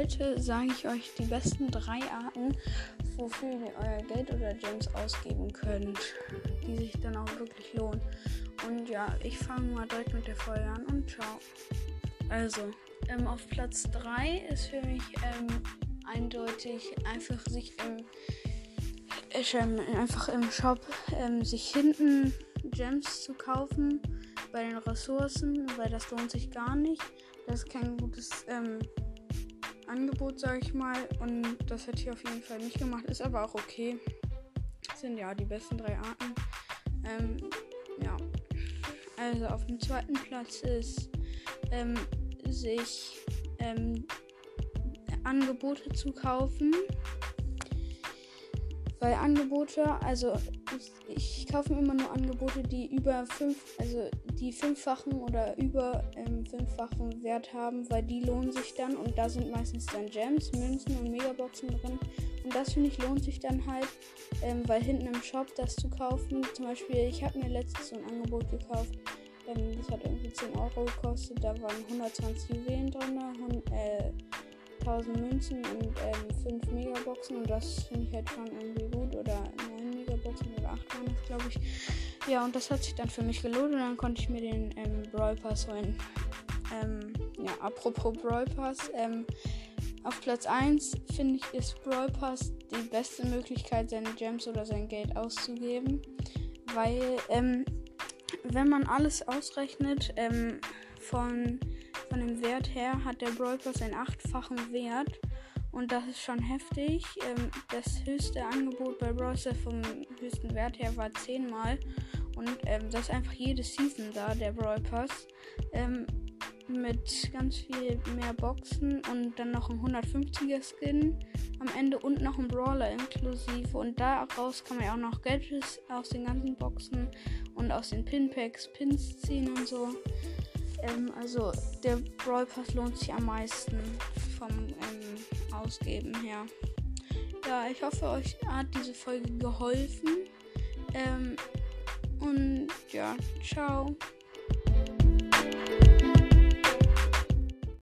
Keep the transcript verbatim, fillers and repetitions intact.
Heute sage ich euch die besten drei Arten, wofür ihr euer Geld oder Gems ausgeben könnt, die sich dann auch wirklich lohnen. Und ja, ich fange mal direkt mit der Folge an und ciao. Also, ähm, auf Platz drei ist für mich ähm, eindeutig einfach sich im, äh, einfach im Shop ähm, sich hinten Gems zu kaufen bei den Ressourcen, weil das lohnt sich gar nicht. Das ist kein gutes ähm, Angebot, sag ich mal, und das hätte ich auf jeden Fall nicht gemacht, ist aber auch okay. Das sind ja die besten drei Arten. Ähm, ja, also auf dem zweiten Platz ist ähm, sich ähm, Angebote zu kaufen. Weil Angebote, also ich, ich kaufe mir immer nur Angebote, die über fünf, also die fünffachen oder über ähm, fünffachen Wert haben, weil die lohnen sich dann und da sind meistens dann Gems, Münzen und Megaboxen drin. Und das finde ich lohnt sich dann halt, ähm, weil hinten im Shop das zu kaufen, zum Beispiel, ich habe mir letztens so ein Angebot gekauft, ähm, das hat irgendwie zehn Euro gekostet, da waren hundertzwanzig Juwelen drin, und, äh, tausend Münzen und ähm, fünf Megaboxen und das finde ich halt schon irgendwie gut, oder neun Megaboxen oder acht waren das, glaube ich. Ja, und das hat sich dann für mich gelohnt und dann konnte ich mir den ähm, Brawl Pass holen. Ähm, ja, apropos Brawl Pass, ähm, auf Platz eins finde ich, ist Brawl Pass die beste Möglichkeit, seine Gems oder sein Geld auszugeben, weil ähm, wenn man alles ausrechnet, ähm, von Von dem Wert her hat der Brawl Pass einen achtfachen Wert und das ist schon heftig. Ähm, das höchste Angebot bei Brawl Stars vom höchsten Wert her war zehnmal und ähm, das ist einfach jede Season da, der Brawl Pass. Ähm, mit ganz viel mehr Boxen und dann noch ein hundertfünfziger Skin am Ende und noch ein Brawler inklusive. Und daraus kann man ja auch noch Gadgets aus den ganzen Boxen und aus den Pinpacks Pins ziehen und so. Ähm, also der Brawl Pass lohnt sich am meisten vom ähm, Ausgeben her. Ja, ich hoffe, euch hat diese Folge geholfen. Ähm, und ja, ciao.